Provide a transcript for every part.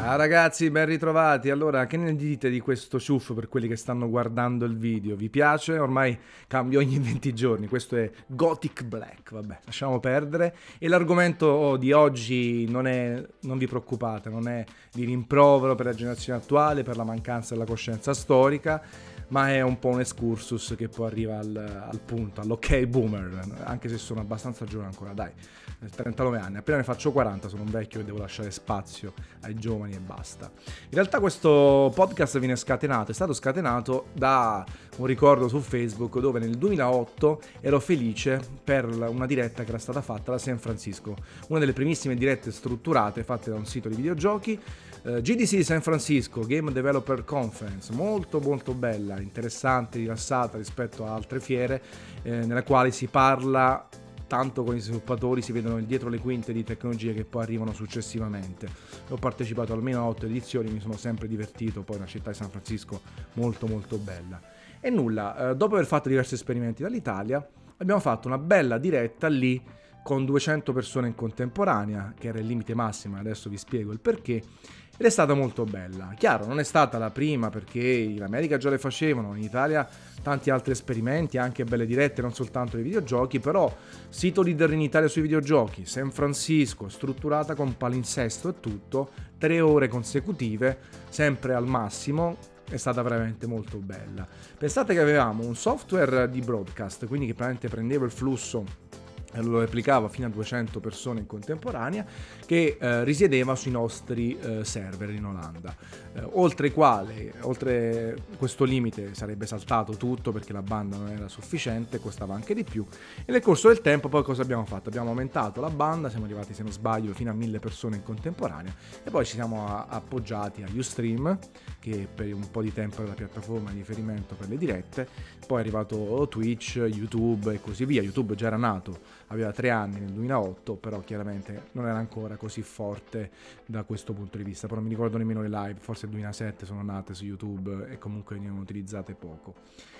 Ciao ragazzi, ben ritrovati. Allora, che ne dite di questo ciuffo per quelli che stanno guardando il video? Vi piace? Ormai cambia ogni 20 giorni. Questo è Gothic Black, vabbè, lasciamo perdere. E l'argomento di oggi non vi preoccupate, non è di rimprovero per la generazione attuale, per la mancanza della coscienza storica, ma è un po' un excursus che poi arriva al punto, all'ok boomer, anche se sono abbastanza giovane ancora, dai, 39 anni, appena ne faccio 40 sono un vecchio e devo lasciare spazio ai giovani e basta. In realtà questo podcast è stato scatenato da un ricordo su Facebook dove nel 2008 ero felice per una diretta che era stata fatta da San Francisco, una delle primissime dirette strutturate fatte da un sito di videogiochi, GDC San Francisco Game Developer Conference, molto molto bella, interessante, rilassata rispetto a altre fiere, nella quale si parla tanto con gli sviluppatori, si vedono dietro le quinte di tecnologie che poi arrivano successivamente. Ho partecipato almeno a 8 edizioni, mi sono sempre divertito, poi una città di San Francisco molto molto bella. E nulla, dopo aver fatto diversi esperimenti dall'Italia, abbiamo fatto una bella diretta lì con 200 persone in contemporanea, che era il limite massimo, adesso vi spiego il perché. Ed è stata molto bella. Chiaro, non è stata la prima perché in America già le facevano, in Italia tanti altri esperimenti, anche belle dirette, non soltanto di videogiochi, però sito leader in Italia sui videogiochi, San Francisco, strutturata con palinsesto e tutto, 3 ore consecutive, sempre al massimo, è stata veramente molto bella. Pensate che avevamo un software di broadcast, quindi che praticamente prendeva il flusso e lo replicava fino a 200 persone in contemporanea, che risiedeva sui nostri server in Olanda, oltre questo limite sarebbe saltato tutto perché la banda non era sufficiente, costava anche di più, e nel corso del tempo poi cosa abbiamo fatto? Abbiamo aumentato la banda, siamo arrivati, se non sbaglio, fino a 1000 persone in contemporanea, e poi ci siamo appoggiati a Ustream, che per un po' di tempo era la piattaforma di riferimento per le dirette, poi è arrivato Twitch, YouTube e così via. YouTube già era nato, aveva 3 anni nel 2008, però chiaramente non era ancora così forte da questo punto di vista, però non mi ricordo nemmeno le live, forse nel 2007 sono nate su YouTube e comunque venivano utilizzate poco.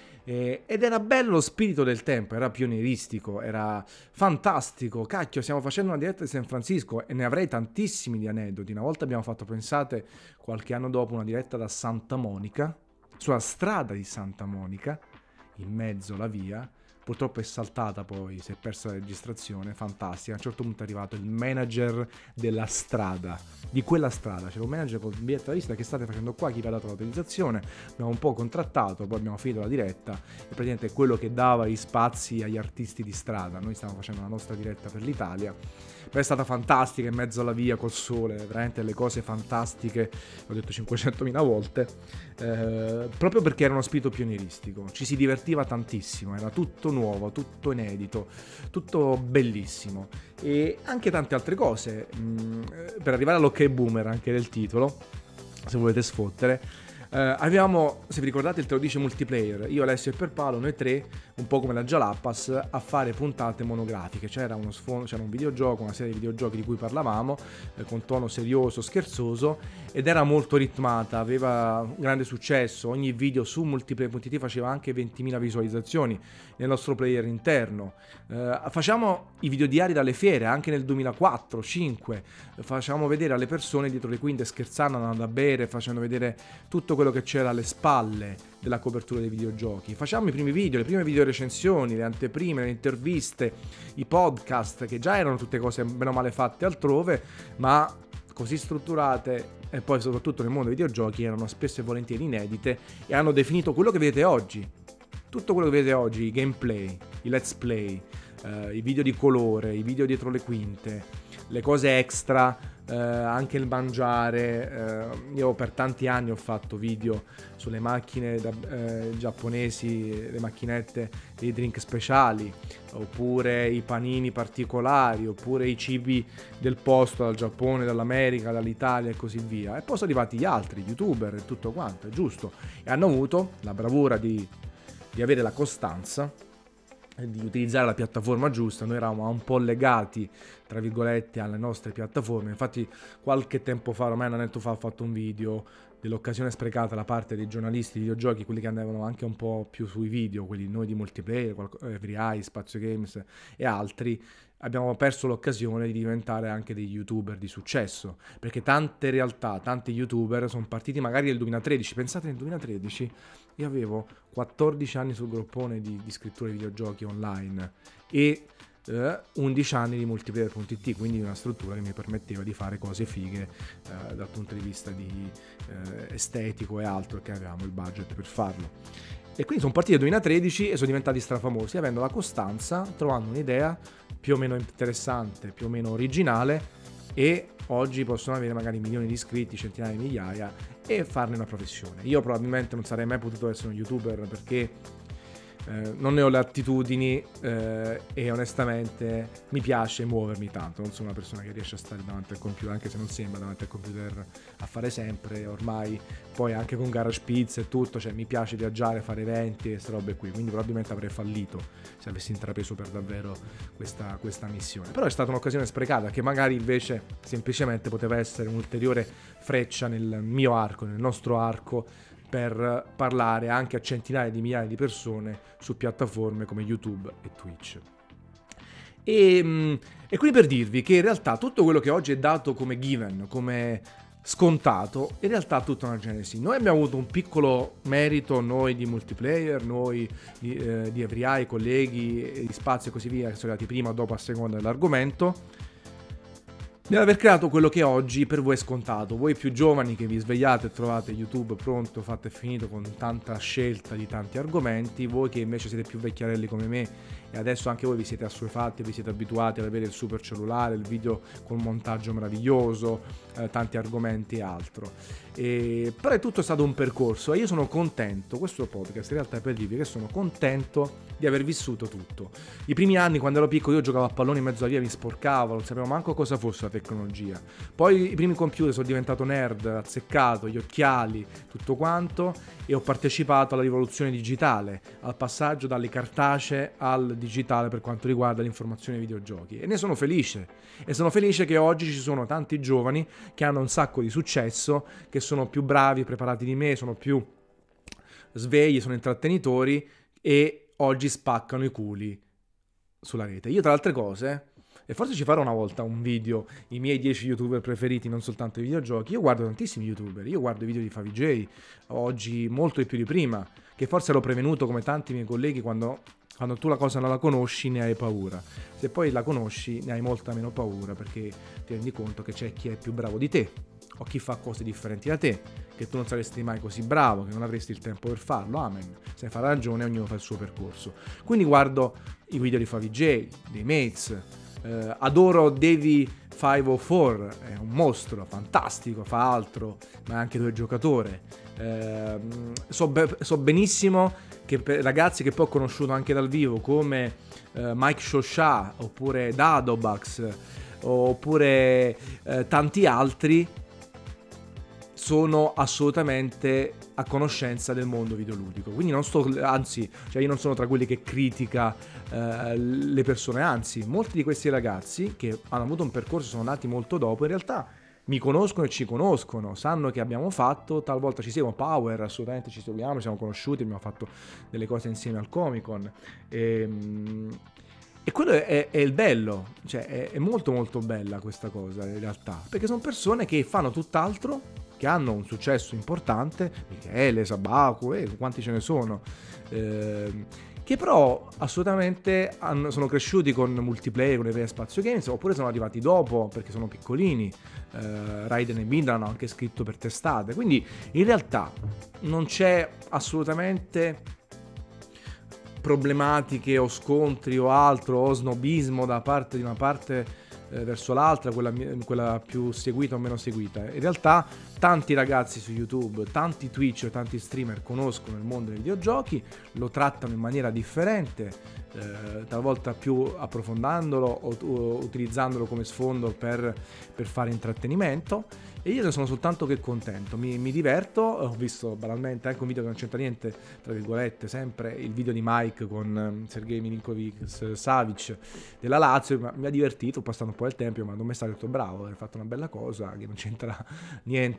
Ed era bello lo spirito del tempo, era pionieristico, era fantastico. Cacchio, stiamo facendo una diretta di San Francisco e ne avrei tantissimi di aneddoti. Una volta abbiamo fatto, pensate, qualche anno dopo, una diretta da Santa Monica, sulla strada di Santa Monica, in mezzo alla via. Purtroppo è saltata, poi si è persa la registrazione, fantastica. A un certo punto è arrivato il manager della strada, di quella strada, c'era un manager con il biglietto da visita: che state facendo qua, chi vi ha dato l'autorizzazione? Abbiamo un po' contrattato, poi abbiamo finito la diretta e praticamente è quello che dava gli spazi agli artisti di strada. Noi stavamo facendo la nostra diretta per l'Italia, però è stata fantastica, in mezzo alla via col sole, veramente le cose fantastiche, l'ho detto 500.000 volte, proprio perché era uno spirito pionieristico, ci si divertiva tantissimo, era tutto nuovo, tutto inedito, tutto bellissimo, e anche tante altre cose, per arrivare all'ok boomer anche del titolo, se volete sfottere. Avevamo, se vi ricordate, il Te lo dice multiplayer, io, Alessio e Perpalo, noi tre, un po' come la Jalapas, a fare puntate monografiche. C'era uno sfondo, c'era un videogioco, una serie di videogiochi di cui parlavamo, con tono serioso, scherzoso, ed era molto ritmata, aveva un grande successo. Ogni video su multiplayer.it faceva anche 20.000 visualizzazioni nel nostro player interno. Facciamo i video diari dalle fiere, anche nel 2004-2005, facciamo vedere alle persone dietro le quinte, scherzando, andando a bere, facendo vedere tutto quello che c'era alle spalle della copertura dei videogiochi. Facciamo i primi video, le prime video recensioni, le anteprime, le interviste, i podcast, che già erano tutte cose bene o male fatte altrove, ma così strutturate, e poi soprattutto nel mondo dei videogiochi erano spesso e volentieri inedite, e hanno definito quello che vedete oggi. Tutto quello che vedete oggi, i gameplay, i let's play, i video di colore, i video dietro le quinte, le cose extra, anche il mangiare. Io per tanti anni ho fatto video sulle macchine giapponesi, le macchinette dei drink speciali, oppure i panini particolari, oppure i cibi del posto, dal Giappone, dall'America, dall'Italia e così via. E poi sono arrivati gli altri youtuber e tutto quanto, è giusto, e hanno avuto la bravura di avere la costanza, di utilizzare la piattaforma giusta. Noi eravamo un po' legati, tra virgolette, alle nostre piattaforme. Infatti qualche tempo fa, ormai un annetto fa, ho fatto un video dell'occasione sprecata da parte dei giornalisti di videogiochi, quelli che andavano anche un po' più sui video, quelli noi di multiplayer, Every Spazio Games e altri, abbiamo perso l'occasione di diventare anche degli youtuber di successo, perché tante realtà, tanti youtuber sono partiti magari nel 2013, pensate nel 2013 io avevo 14 anni sul groppone di scrittura di videogiochi online e 11 anni di multiplayer.it, quindi una struttura che mi permetteva di fare cose fighe dal punto di vista di estetico e altro, che avevamo il budget per farlo. E quindi sono partiti nel 2013 e sono diventati strafamosi, avendo la costanza, trovando un'idea più o meno interessante, più o meno originale, e oggi possono avere magari milioni di iscritti, centinaia di migliaia, e farne una professione. Io probabilmente non sarei mai potuto essere un youtuber perché non ne ho le attitudini e onestamente mi piace muovermi tanto, non sono una persona che riesce a stare davanti al computer, anche se non sembra davanti al computer a fare sempre, ormai poi anche con GarageBeats e tutto, cioè mi piace viaggiare, fare eventi e queste robe qui, quindi probabilmente avrei fallito se avessi intrapreso per davvero questa missione. Però è stata un'occasione sprecata che magari invece semplicemente poteva essere un'ulteriore freccia nel mio arco, nel nostro arco, per parlare anche a centinaia di migliaia di persone su piattaforme come YouTube e Twitch. E quindi per dirvi che in realtà tutto quello che oggi è dato come given, come scontato, in realtà ha tutta una genesi. Noi abbiamo avuto un piccolo merito, noi di multiplayer, noi di Every colleghi di Spazio e così via, che sono arrivati prima o dopo a seconda dell'argomento, nell'aver creato quello che oggi per voi è scontato. Voi più giovani che vi svegliate e trovate YouTube pronto, fatto e finito, con tanta scelta di tanti argomenti, voi che invece siete più vecchiarelli come me e adesso anche voi vi siete assuefatti, vi siete abituati ad avere il super cellulare, il video con montaggio meraviglioso, tanti argomenti e altro. Però è tutto stato un percorso e io sono contento, questo podcast in realtà è per dirvi che sono contento di aver vissuto tutto. I primi anni, quando ero piccolo, io giocavo a pallone in mezzo alla via, mi sporcavo, non sapevo manco cosa fosse la tecnologia. Poi i primi computer, sono diventato nerd, azzeccato, gli occhiali, tutto quanto, e ho partecipato alla rivoluzione digitale, al passaggio dalle cartacee al digitale per quanto riguarda l'informazione ai videogiochi. E ne sono felice. E sono felice che oggi ci sono tanti giovani che hanno un sacco di successo, che sono più bravi, preparati di me, sono più svegli, sono intrattenitori e oggi spaccano i culi sulla rete. Io tra altre cose, e forse ci farò una volta un video, i miei 10 youtuber preferiti, non soltanto i videogiochi, io guardo tantissimi youtuber, io guardo i video di Favij, oggi molto di più di prima, che forse ero prevenuto come tanti miei colleghi quando tu la cosa non la conosci ne hai paura, se poi la conosci ne hai molta meno paura perché ti rendi conto che c'è chi è più bravo di te o chi fa cose differenti da te, che tu non saresti mai così bravo, che non avresti il tempo per farlo, amen, se fa ragione ognuno fa il suo percorso. Quindi guardo i video di Favij, dei Mates, adoro Davey 504, è un mostro, fantastico, fa altro, ma è anche due giocatore. So benissimo che per ragazzi che poi ho conosciuto anche dal vivo come Mike Shosha oppure Dadobax oppure tanti altri sono assolutamente a conoscenza del mondo videoludico, quindi non sto, anzi, cioè io non sono tra quelli che critica le persone, anzi molti di questi ragazzi che hanno avuto un percorso, sono nati molto dopo, in realtà mi conoscono e ci conoscono, sanno che abbiamo fatto, talvolta ci seguono, Power, assolutamente ci seguiamo, ci siamo conosciuti, abbiamo fatto delle cose insieme al Comic Con e quello è il bello, cioè è molto molto bella questa cosa in realtà, perché sono persone che fanno tutt'altro, che hanno un successo importante, Michele, Sabaku, quanti ce ne sono, che però assolutamente sono cresciuti con multiplayer, con le Spazio Games, oppure sono arrivati dopo perché sono piccolini, Raiden e Midna hanno anche scritto per testate, quindi in realtà non c'è assolutamente problematiche o scontri o altro o snobismo da parte di una parte verso l'altra, quella più seguita o meno seguita. In realtà tanti ragazzi su YouTube, tanti Twitch, tanti streamer conoscono il mondo dei videogiochi, lo trattano in maniera differente, talvolta più approfondandolo o utilizzandolo come sfondo per fare intrattenimento, e io ne sono soltanto che contento, mi diverto. Ho visto banalmente anche un video che non c'entra niente, tra virgolette, sempre il video di Mike con Sergej Milinkovic-Savic della Lazio, mi ha divertito, ho passato un po' il tempo, mi ha mandato un messaggio, ho detto bravo, hai fatto una bella cosa che non c'entra niente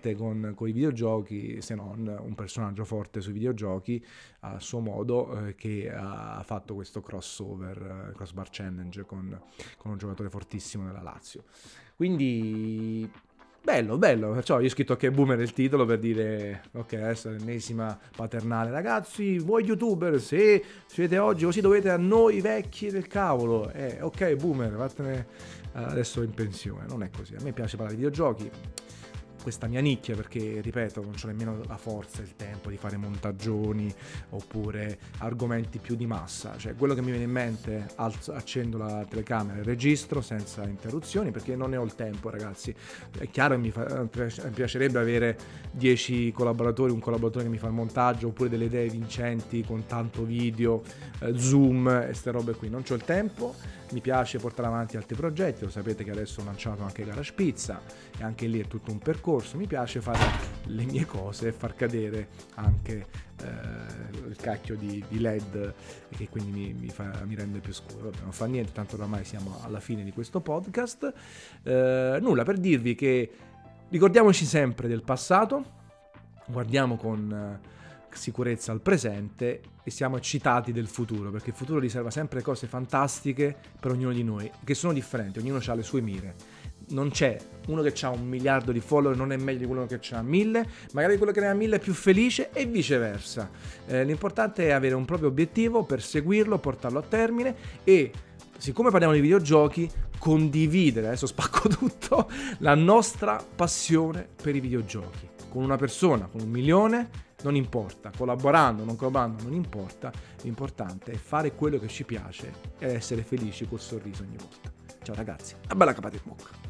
niente con i videogiochi se non un personaggio forte sui videogiochi a suo modo, che ha fatto questo crossbar challenge con un giocatore fortissimo nella Lazio. Quindi bello, perciò io ho scritto che Boomer è il titolo per dire ok, adesso è l'ennesima paternale, ragazzi, voi youtuber, se siete oggi così dovete a noi vecchi del cavolo, ok Boomer, vattene adesso in pensione. Non è così, a me piace parlare di videogiochi, questa mia nicchia, perché ripeto non c'ho nemmeno la forza, il tempo di fare montaggioni oppure argomenti più di massa, cioè quello che mi viene in mente accendo la telecamera e registro senza interruzioni, perché non ne ho il tempo, ragazzi. È chiaro che mi piacerebbe avere 10 collaboratori, un collaboratore che mi fa il montaggio oppure delle idee vincenti con tanto video, zoom e ste robe qui, non c'ho il tempo. Mi piace portare avanti altri progetti, lo sapete che adesso ho lanciato anche Garage Pizza e anche lì è tutto un percorso. Mi piace fare le mie cose e far cadere anche il cacchio di LED che quindi mi rende più scuro. Vabbè, non fa niente, tanto oramai siamo alla fine di questo podcast. Nulla, per dirvi che ricordiamoci sempre del passato, guardiamo con sicurezza al presente e siamo eccitati del futuro, perché il futuro riserva sempre cose fantastiche per ognuno di noi, che sono differenti, ognuno ha le sue mire. Non c'è uno che ha 1 miliardo di follower, non è meglio di quello che ha 1000, magari quello che ne ha 1000 è più felice e viceversa. L'importante è avere un proprio obiettivo, perseguirlo, portarlo a termine e, siccome parliamo di videogiochi, condividere, adesso spacco tutto, la nostra passione per i videogiochi con una persona, con 1 milione, non importa, collaborando, non collaborando, non importa, l'importante è fare quello che ci piace e essere felici col sorriso ogni volta. Ciao ragazzi, a bella capata in bocca.